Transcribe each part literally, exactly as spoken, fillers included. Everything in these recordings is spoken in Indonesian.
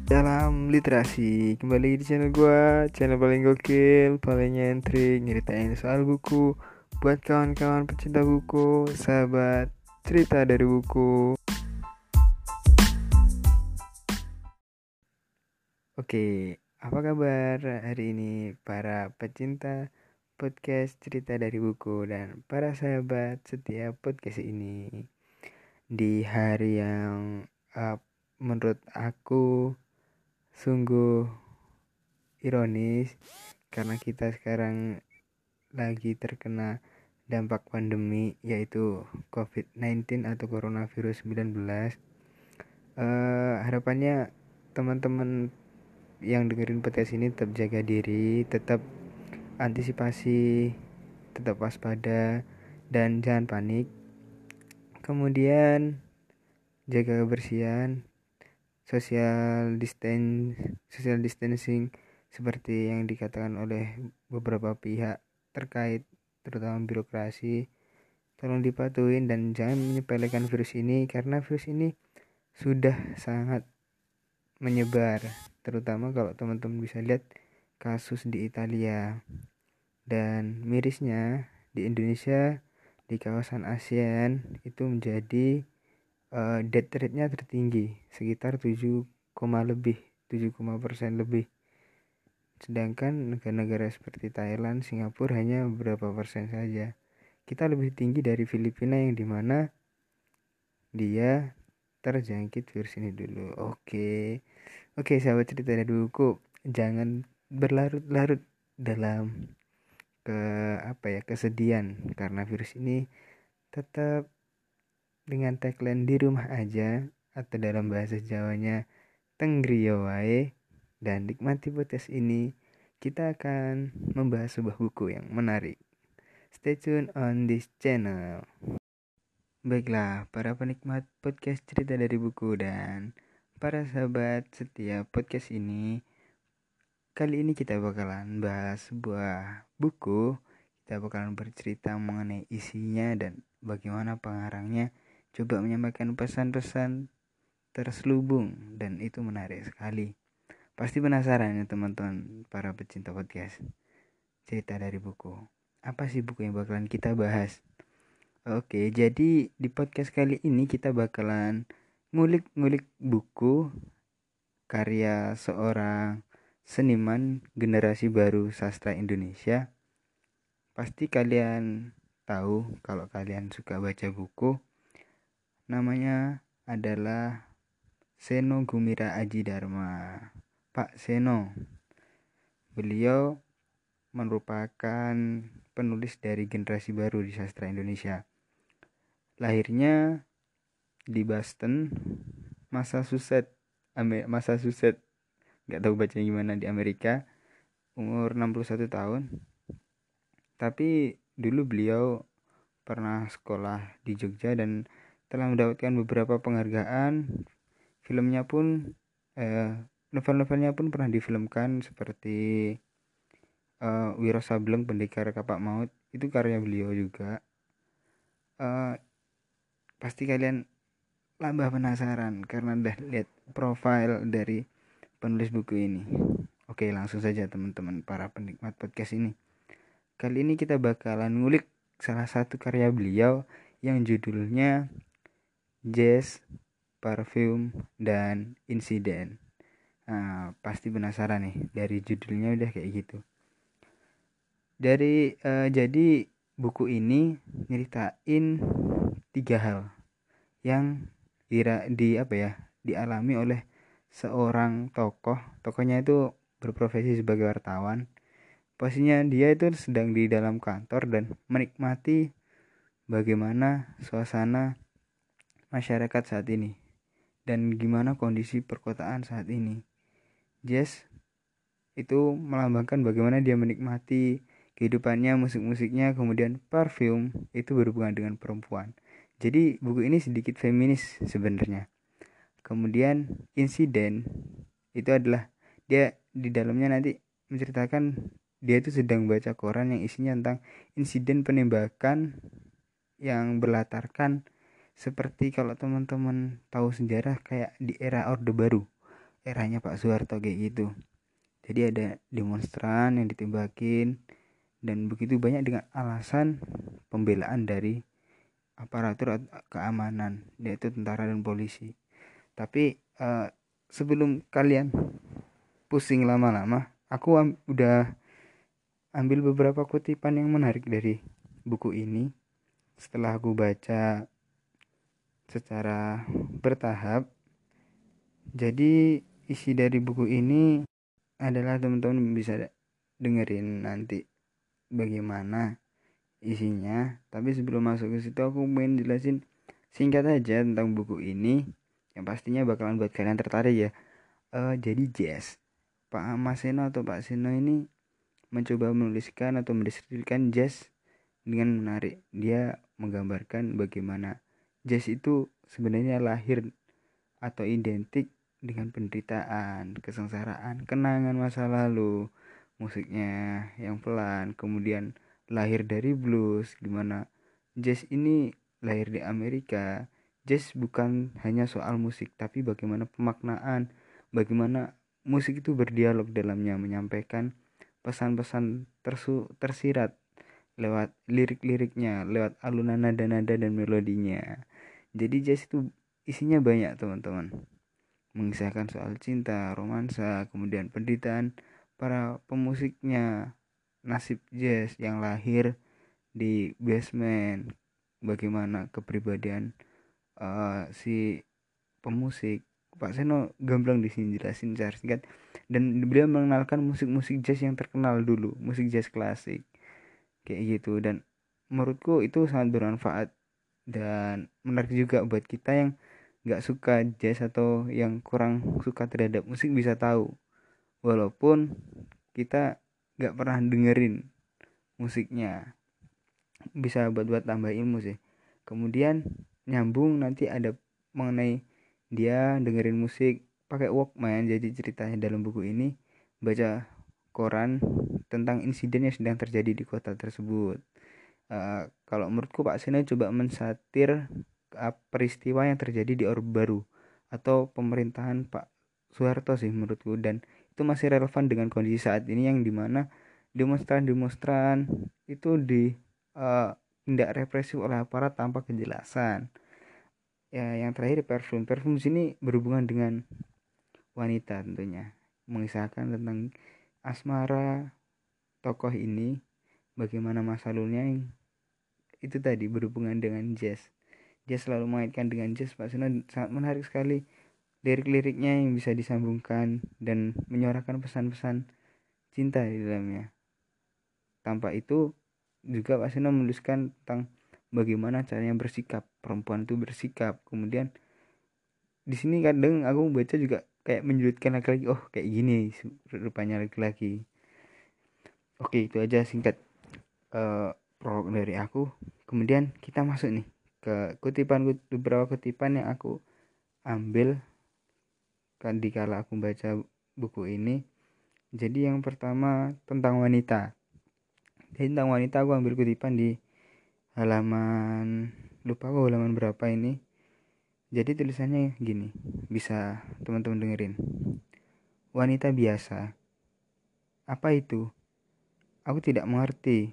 Dalam literasi, kembali di channel gua, channel paling gokil, paling nyentrik, nyeritain soal buku buat kawan-kawan pecinta buku, sahabat cerita dari buku. Oke, apa kabar hari ini para pecinta podcast cerita dari buku dan para sahabat setiap podcast ini? Di hari yang uh, menurut aku sungguh ironis karena kita sekarang lagi terkena dampak pandemi yaitu covid sembilan belas atau coronavirus sembilan belas. Uh, harapannya teman-teman yang dengerin podcast ini tetap jaga diri, tetap antisipasi, tetap waspada dan jangan panik. Kemudian jaga kebersihan, social distance, social distancing seperti yang dikatakan oleh beberapa pihak terkait, terutama birokrasi. Tolong dipatuhin dan jangan menyepelekan virus ini karena virus ini sudah sangat menyebar, terutama kalau teman-teman bisa lihat kasus di Italia. Dan mirisnya di Indonesia, di kawasan ASEAN itu menjadi uh, death rate-nya tertinggi, sekitar tujuh, lebih tujuh persen lebih. Sedangkan negara-negara seperti Thailand, Singapura hanya beberapa persen saja. Kita lebih tinggi dari Filipina yang dimana dia terjangkit virus ini dulu. Oke, oke sahabat cerita dari buku, jangan berlarut-larut dalam ke apa ya kesedihan karena virus ini. Tetap dengan tagline di rumah aja atau dalam bahasa Jawanya tenggriyo wae, dan nikmati podcast ini. Kita akan membahas sebuah buku yang menarik. Stay tune on this channel. Baiklah, para penikmat podcast cerita dari buku dan para sahabat setiap podcast ini, kali ini kita bakalan bahas sebuah buku. Kita bakalan bercerita mengenai isinya dan bagaimana pengarangnya coba menyampaikan pesan-pesan terselubung, dan itu menarik sekali. Pasti penasaran ya teman-teman para pecinta podcast cerita dari buku. Apa sih buku yang bakalan kita bahas? Oke, jadi di podcast kali ini kita bakalan ngulik-ngulik buku karya seorang seniman generasi baru sastra Indonesia. Pasti kalian tahu kalau kalian suka baca buku. Namanya adalah Seno Gumira Aji Dharma. Pak Seno, beliau merupakan penulis dari generasi baru di sastra Indonesia. Lahirnya di Boston, Massachusetts, Massachusetts, nggak tahu bacanya gimana, di Amerika, umur enam puluh satu tahun. Tapi dulu beliau pernah sekolah di Jogja dan telah mendapatkan beberapa penghargaan. Filmnya pun, eh, novel-novelnya pun pernah difilmkan seperti uh, Wiro Sableng Pendekar Kapak Maut, itu karya beliau juga. Uh, pasti kalian lambah penasaran karena udah lihat profil dari penulis buku ini. Oke, langsung saja teman-teman para penikmat podcast ini. Kali ini kita bakalan ngulik salah satu karya beliau yang judulnya Jazz, Parfum, dan Insiden. Nah, pasti penasaran nih, dari judulnya udah kayak gitu. Dari uh, jadi buku ini nyeritain tiga hal yang dira, di apa ya dialami oleh seorang tokoh. Tokohnya itu berprofesi sebagai wartawan. Posisinya dia itu sedang di dalam kantor dan menikmati bagaimana suasana masyarakat saat ini dan gimana kondisi perkotaan saat ini. Jazz itu melambangkan bagaimana dia menikmati kehidupannya, musik-musiknya. Kemudian Parfum itu berhubungan dengan perempuan. Jadi buku ini sedikit feminis sebenarnya. Kemudian Insiden itu adalah dia di dalamnya nanti menceritakan dia itu sedang baca koran yang isinya tentang insiden penembakan yang berlatarkan seperti kalau teman-teman tahu sejarah kayak di era Orde Baru. eranya Pak Soeharto kayak gitu. Jadi ada demonstran yang ditembakin, dan begitu banyak dengan alasan pembelaan dari aparatur keamanan, yaitu tentara dan polisi. Tapi uh, sebelum kalian pusing lama-lama, aku am- udah ambil beberapa kutipan yang menarik dari buku ini. Setelah aku baca secara bertahap, jadi isi dari buku ini adalah teman-teman bisa dengerin nanti bagaimana isinya. Tapi sebelum masuk ke situ, aku pengen jelasin singkat aja tentang buku ini yang pastinya bakalan buat kalian tertarik ya. Uh, jadi jazz, Pak Mas Seno atau Pak Seno ini mencoba menuliskan atau mendeskripsikan jazz dengan menarik. Dia menggambarkan bagaimana jazz itu sebenarnya lahir atau identik dengan penderitaan, kesengsaraan, kenangan masa lalu. Musiknya yang pelan, kemudian lahir dari blues, dimana jazz ini lahir di Amerika. Jazz bukan hanya soal musik, tapi bagaimana pemaknaan, bagaimana musik itu berdialog dalamnya, menyampaikan pesan-pesan tersu, tersirat lewat lirik-liriknya, lewat alunan nada-nada dan melodinya. Jadi jazz itu isinya banyak teman-teman, mengisahkan soal cinta, romansa, kemudian penderitaan para pemusiknya, nasib jazz yang lahir di basement, bagaimana kepribadian uh, si pemusik. Pak Seno gamblang di sini jelasin secara singkat, dan beliau mengenalkan musik-musik jazz yang terkenal dulu, musik jazz klasik kayak gitu. Dan menurutku itu sangat bermanfaat dan menarik juga buat kita yang nggak suka jazz atau yang kurang suka terhadap musik bisa tahu, walaupun kita nggak pernah dengerin musiknya, bisa buat-buat tambah ilmu sih. Kemudian nyambung nanti ada mengenai dia dengerin musik pakai Walkman. Jadi ceritanya dalam buku ini baca koran tentang insiden yang sedang terjadi di kota tersebut. Uh, kalau menurutku Pak Seno coba mensatir uh, peristiwa yang terjadi di Orde Baru atau pemerintahan Pak Soeharto sih menurutku, dan itu masih relevan dengan kondisi saat ini yang dimana demonstran-demonstran itu di uh, tindak represif oleh aparat tanpa kejelasan. Ya, yang terakhir parfum. Parfum sini berhubungan dengan wanita tentunya, mengisahkan tentang asmara tokoh ini, bagaimana masa lalunya yang itu tadi berhubungan dengan jazz. Jazz selalu mengaitkan dengan jazz. Pak Seno sangat menarik sekali lirik-liriknya yang bisa disambungkan dan menyuarakan pesan-pesan cinta di dalamnya. Tanpa itu juga Pak Seno menuliskan tentang bagaimana caranya bersikap, perempuan itu bersikap. Kemudian di sini kadang aku baca juga kayak menyudutkan laki-laki, oh kayak gini rupanya laki-laki. Oke, itu aja singkat uh, prolog dari aku. Kemudian kita masuk nih ke kutipan, beberapa kutipan yang aku ambil kan dikala aku baca buku ini. Jadi yang pertama tentang wanita. Jadi tentang wanita aku ambil kutipan di halaman, lupa aku halaman berapa ini. Jadi tulisannya gini, bisa teman-teman dengerin. Wanita biasa. Apa itu? Aku tidak mengerti.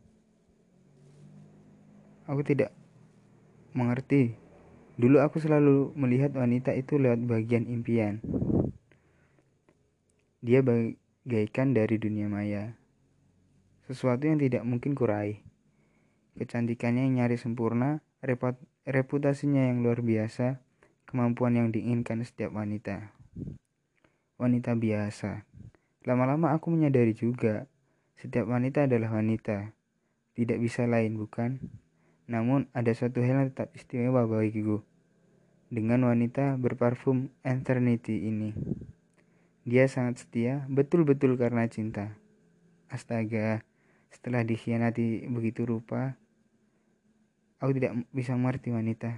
Aku tidak mengerti. Dulu aku selalu melihat wanita itu lewat bagian impian. Dia bagaikan dari dunia maya, sesuatu yang tidak mungkin kurai. Kecantikannya yang nyaris sempurna, reput- reputasinya yang luar biasa, kemampuan yang diinginkan setiap wanita. Wanita biasa. Lama-lama aku menyadari juga, setiap wanita adalah wanita. Tidak bisa lain, bukan? Namun ada satu hal yang tetap istimewa bagiku dengan wanita berparfum Eternity ini. Dia sangat setia, betul-betul karena cinta. Astaga, setelah dikhianati begitu rupa, aku tidak bisa mengerti wanita.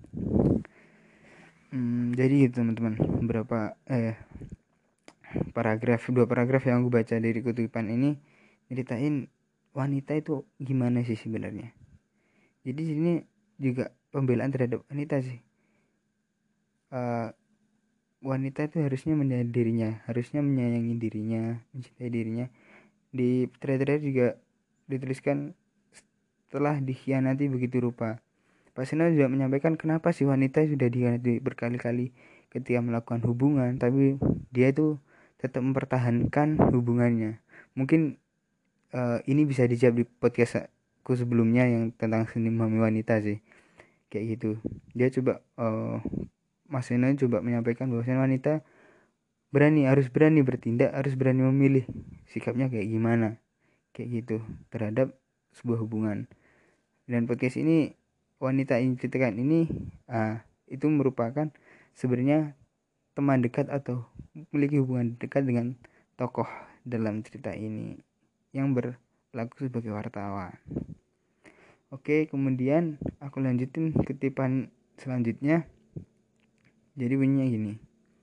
Hmm, jadi gitu teman-teman, beberapa eh paragraf, dua paragraf yang aku baca dari kutipan ini ceritain wanita itu gimana sih sebenarnya. Jadi sini juga pembelaan terhadap wanita sih. Uh, wanita itu harusnya menyayangi dirinya, harusnya menyayangi dirinya, mencintai dirinya. Di trailer juga dituliskan setelah dikhianati begitu rupa. Pak Seno juga menyampaikan kenapa sih wanita sudah dikhianati berkali-kali ketika melakukan hubungan, tapi dia itu tetap mempertahankan hubungannya. Mungkin uh, ini bisa dijawab di podcastku sebelumnya yang tentang seni memahami wanita sih, kayak gitu. Dia coba uh, Mas Seno coba menyampaikan bahwa wanita berani, harus berani bertindak, harus berani memilih sikapnya kayak gimana, kayak gitu terhadap sebuah hubungan. Dan podcast ini, wanita yang diceritakan ini ah, itu merupakan sebenarnya teman dekat atau memiliki hubungan dekat dengan tokoh dalam cerita ini yang berlaku sebagai wartawan. Oke, kemudian aku lanjutin kutipan selanjutnya. Jadi bunyinya gini: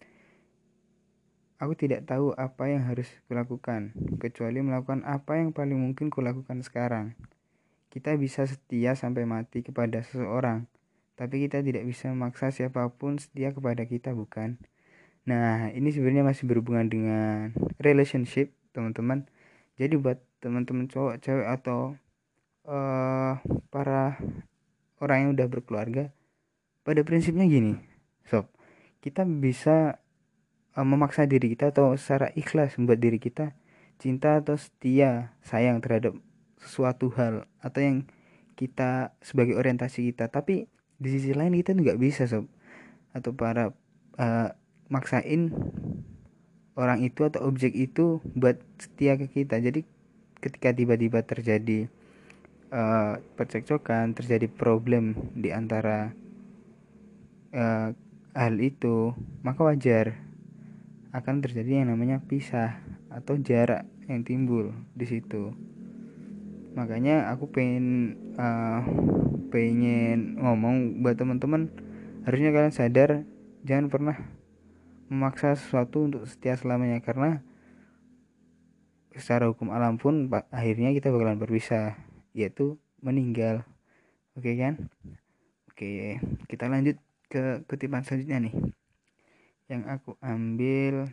aku tidak tahu apa yang harus kulakukan, kecuali melakukan apa yang paling mungkin kulakukan sekarang. Kita bisa setia sampai mati kepada seseorang, tapi kita tidak bisa memaksa siapapun setia kepada kita, bukan? Nah, ini sebenarnya masih berhubungan dengan relationship, teman-teman. Jadi buat teman-teman cowok, cewek, atau uh, para orang yang udah berkeluarga, pada prinsipnya gini, sob, kita bisa memaksa diri kita atau secara ikhlas membuat diri kita cinta atau setia sayang terhadap sesuatu hal atau yang kita sebagai orientasi kita, tapi di sisi lain kita juga bisa sob atau para uh, maksain orang itu atau objek itu buat setia ke kita. Jadi ketika tiba-tiba terjadi uh, percekcokan, terjadi problem di antara uh, hal itu, maka wajar akan terjadi yang namanya pisah atau jarak yang timbul di situ. Makanya aku pengen uh, pengen ngomong buat teman-teman, harusnya kalian sadar jangan pernah memaksa sesuatu untuk setia selamanya, karena secara hukum alam pun akhirnya kita bakalan berpisah, yaitu meninggal. Oke kan? Oke, kita lanjut ke kutipan selanjutnya nih. Yang aku ambil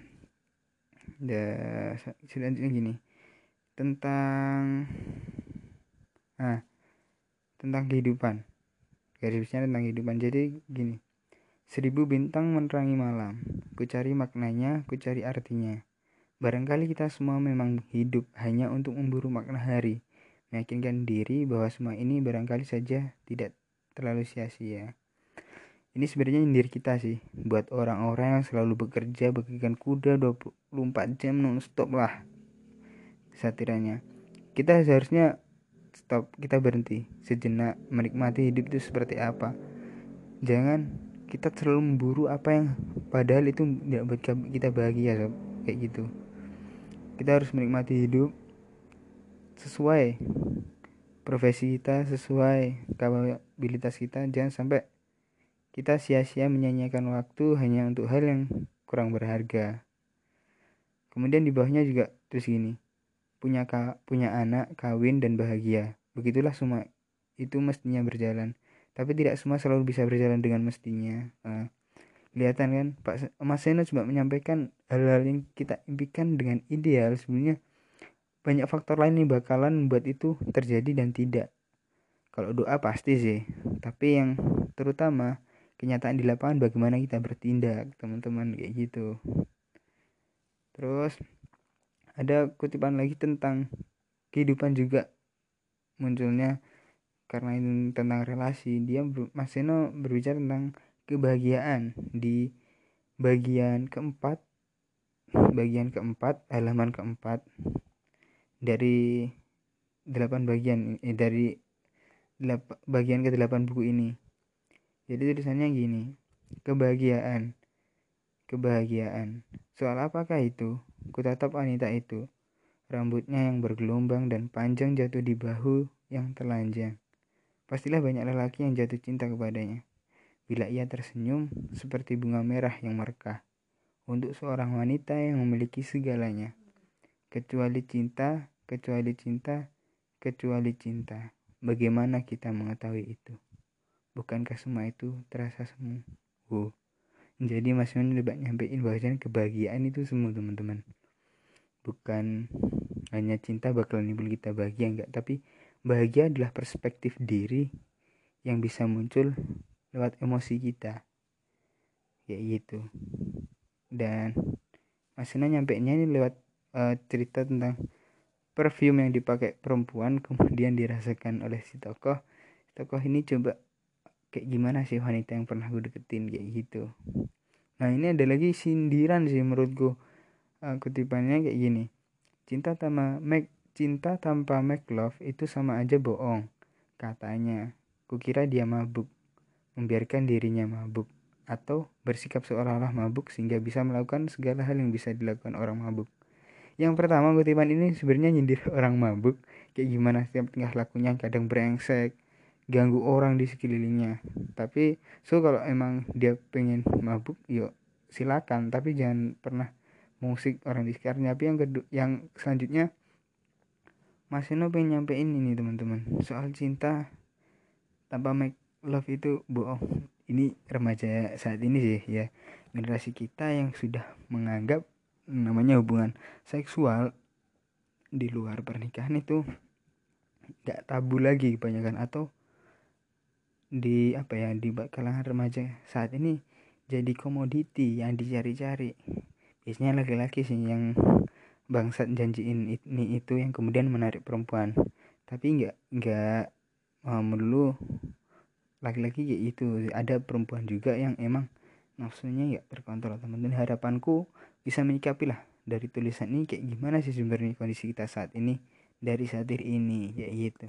selanjutnya gini, tentang nah tentang kehidupan, garis besarnya tentang kehidupan. Jadi gini, seribu bintang menerangi malam, ku cari maknanya, ku cari artinya. Barangkali kita semua memang hidup hanya untuk memburu makna hari, meyakinkan diri bahwa semua ini barangkali saja tidak terlalu sia-sia. Ini sebenarnya nyindir kita sih, buat orang-orang yang selalu bekerja bagaikan kuda dua puluh empat jam non-stop lah satiranya. Kita seharusnya stop, kita berhenti sejenak, menikmati hidup itu seperti apa. Jangan kita terlalu memburu apa yang padahal itu tidak buat kita bahagia sob. Kayak gitu. Kita harus menikmati hidup sesuai profesi kita, sesuai kapabilitas kita. Jangan sampai kita sia-sia menyanyiakan waktu hanya untuk hal yang kurang berharga. Kemudian di bawahnya juga terus gini, punya ka, punya anak, kawin dan bahagia. Begitulah semua itu mestinya berjalan. Tapi tidak semua selalu bisa berjalan dengan mestinya. Nah, kelihatan kan Pak Mas Seno coba menyampaikan hal-hal yang kita impikan dengan ideal, sebenarnya banyak faktor lain yang bakalan membuat itu terjadi dan tidak. Kalau doa pasti sih, tapi yang terutama kenyataan di lapangan bagaimana kita bertindak, teman-teman, kayak gitu. Terus ada kutipan lagi tentang kehidupan juga munculnya karena ini tentang relasi. Dia Mas Seno berbicara tentang kebahagiaan di bagian keempat bagian keempat halaman keempat dari delapan bagian eh, dari delap, bagian ke delapan buku ini. Jadi tulisannya gini, kebahagiaan kebahagiaan soal apakah itu? Kutatap wanita itu, rambutnya yang bergelombang dan panjang jatuh di bahu yang telanjang. Pastilah banyak lelaki yang jatuh cinta kepadanya bila ia tersenyum seperti bunga merah yang merekah untuk seorang wanita yang memiliki segalanya, kecuali cinta, kecuali cinta, kecuali cinta. Bagaimana kita mengetahui itu? Bukankah semua itu terasa semu? Oh, Jadi Mas Yun coba nyampein bahwasanya kebahagiaan itu semua teman-teman, bukan hanya cinta bakal nimbul kita bahagia, enggak, tapi bahagia adalah perspektif diri yang bisa muncul lewat emosi kita kayak gitu. Dan Mas Yun nyampeinnya ini lewat uh, cerita tentang perfume yang dipakai perempuan kemudian dirasakan oleh si tokoh. Tokoh ini coba kayak gimana sih wanita yang pernah gue deketin kayak gitu. Nah ini ada lagi sindiran sih menurutku, uh, kutipannya kayak gini. Cinta tanpa make cinta tanpa make love itu sama aja bohong katanya. Kukira dia mabuk, membiarkan dirinya mabuk, atau bersikap seolah-olah mabuk sehingga bisa melakukan segala hal yang bisa dilakukan orang mabuk. Yang pertama, kutipan ini sebenarnya nyindir orang mabuk kayak gimana setiap tingkah lakunya, kadang brengsek, ganggu orang di sekelilingnya. Tapi so kalau emang dia pengen mabuk, yuk silakan, tapi jangan pernah musik orang di sekitarnya. Tapi yang kedua, yang selanjutnya Mas Eno pengen nyampein ini teman-teman, soal cinta tanpa make love itu bohong. Ini remaja saat ini sih ya, generasi kita yang sudah menganggap namanya hubungan seksual di luar pernikahan itu gak tabu lagi kebanyakan, atau di apa ya, di kalangan remaja saat ini jadi komoditi yang dicari-cari. Biasanya laki-laki sih yang bangsat janjiin ini itu yang kemudian menarik perempuan, tapi nggak nggak uh, melulu laki-laki kayak itu, ada perempuan juga yang emang nafsunya nggak terkontrol teman-teman. Harapanku bisa menyikapi lah dari tulisan ini kayak gimana sih sebenarnya kondisi kita saat ini dari satir ini kayak gitu.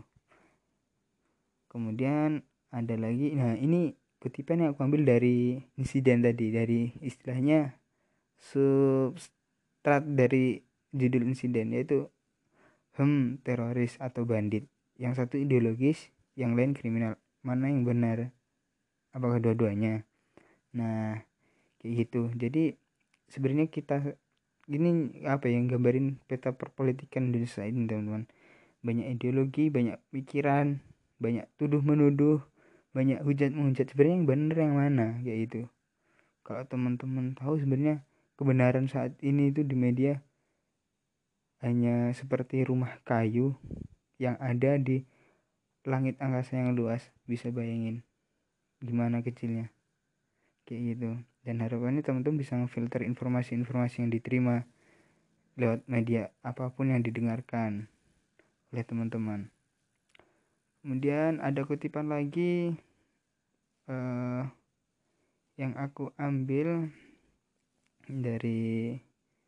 Kemudian ada lagi, nah ini kutipan yang aku ambil dari insiden tadi, dari istilahnya substrat dari judul insiden, yaitu hem teroris atau bandit. Yang satu ideologis, yang lain kriminal. Mana yang benar? Apakah dua-duanya? Nah kayak gitu. Jadi sebenarnya kita ini apa yang gambarin peta perpolitikan Indonesia ini teman-teman. Banyak ideologi, banyak pikiran, banyak tuduh menuduh, banyak hujat menghujat. Sebenarnya yang benar yang mana kayak gitu. Kalau teman-teman tahu sebenarnya kebenaran saat ini itu di media hanya seperti rumah kayu yang ada di langit angkasa yang luas. Bisa bayangin gimana kecilnya kayak gitu. Dan harapannya teman-teman bisa ngefilter informasi-informasi yang diterima lewat media apapun yang didengarkan oleh teman-teman. Kemudian ada kutipan lagi uh, yang aku ambil dari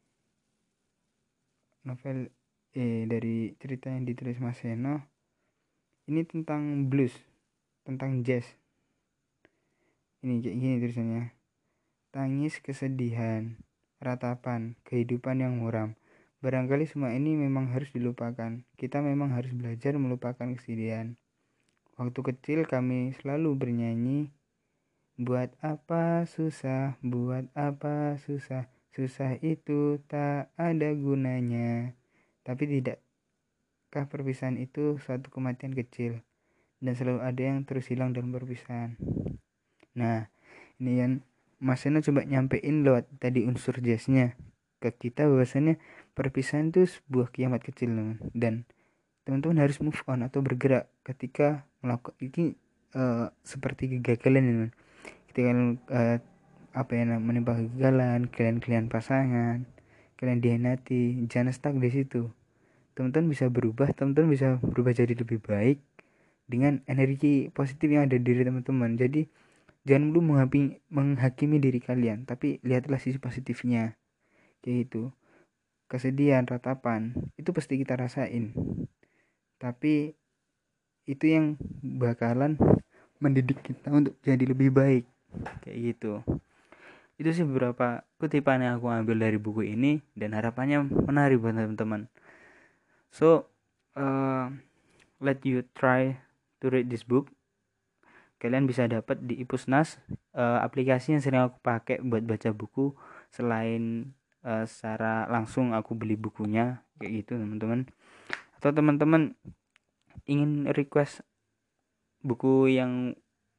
novel eh dari cerita yang ditulis Mas Seno. Ini tentang blues, tentang jazz. Ini kayak gini tulisannya. Tangis kesedihan, ratapan, kehidupan yang muram. Barangkali semua ini memang harus dilupakan. Kita memang harus belajar melupakan kesedihan. Waktu kecil kami selalu bernyanyi, buat apa susah, buat apa susah, susah itu tak ada gunanya. Tapi tidakkah perpisahan itu suatu kematian kecil, dan selalu ada yang terus hilang dalam perpisahan. Nah ini yang Mas Seno coba nyampein lewat tadi unsur jazznya ke kita, bahwasannya perpisahan itu sebuah kiamat kecil teman. Dan teman-teman harus move on atau bergerak ketika melakukan ini, uh, seperti kegagalan teman. Ketika uh, apa ya menimpa kegagalan, kalian-kalian pasangan, kalian dihianati, jangan stuck di situ. Teman-teman bisa berubah, teman-teman bisa berubah jadi lebih baik dengan energi positif yang ada di diri teman-teman. Jadi jangan dulu menghakimi, menghakimi diri kalian, tapi lihatlah sisi positifnya kayak gitu. Kesedihan, ratapan itu pasti kita rasain, tapi itu yang bakalan mendidik kita untuk jadi lebih baik kayak gitu. Itu sih beberapa kutipan yang aku ambil dari buku ini, dan harapannya menarik buat teman-teman. So uh, let you try to read this book. Kalian bisa dapat di Ipusnas, uh, aplikasi yang sering aku pakai buat baca buku selain uh, secara langsung aku beli bukunya kayak gitu teman-teman. Atau teman-teman ingin request buku yang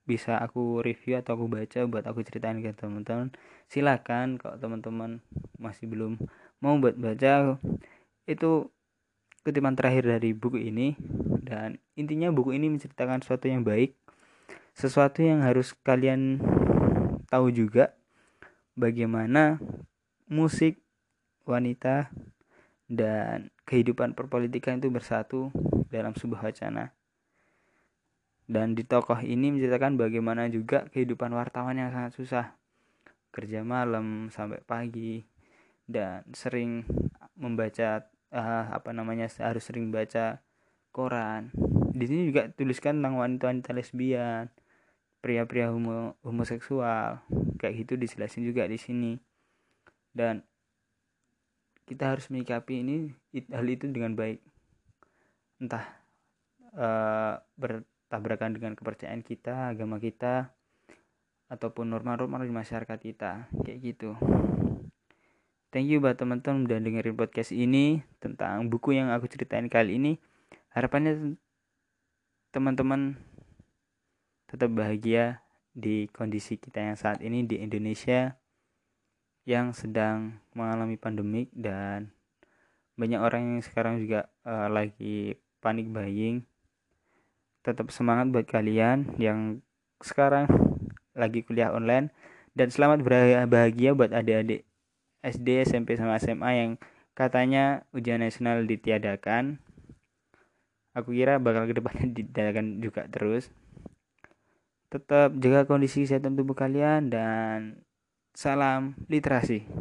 bisa aku review atau aku baca buat aku ceritain ke teman-teman. Silakan kalau teman-teman masih belum mau buat baca, itu kutipan terakhir dari buku ini. Dan intinya buku ini menceritakan sesuatu yang baik, sesuatu yang harus kalian tahu juga, bagaimana musik, wanita, dan kehidupan perpolitikan itu bersatu dalam sebuah wacana. Dan di tokoh ini menceritakan bagaimana juga kehidupan wartawan yang sangat susah, kerja malam sampai pagi, dan sering membaca uh, apa namanya harus sering baca koran. Di sini juga tuliskan tentang wanita-wanita lesbian, pria-pria homo, homoseksual, kayak gitu dijelasin juga di sini. Dan kita harus menyikapi ini hal itu dengan baik, entah uh, bertabrakan dengan kepercayaan kita, agama kita, ataupun norma-norma di masyarakat kita, kayak gitu. Thank you buat teman-teman udah dengerin podcast ini tentang buku yang aku ceritain kali ini. Harapannya teman-teman tetap bahagia di kondisi kita yang saat ini di Indonesia yang sedang mengalami pandemik, dan banyak orang yang sekarang juga uh, lagi panic buying. Tetap semangat buat kalian yang sekarang lagi kuliah online, dan selamat berbahagia buat adik-adik S D, S M P sama S M A yang katanya ujian nasional ditiadakan. Aku kira bakal kedepannya ditiadakan juga terus. Tetap jaga kondisi kesehatan tubuh kalian dan salam literasi.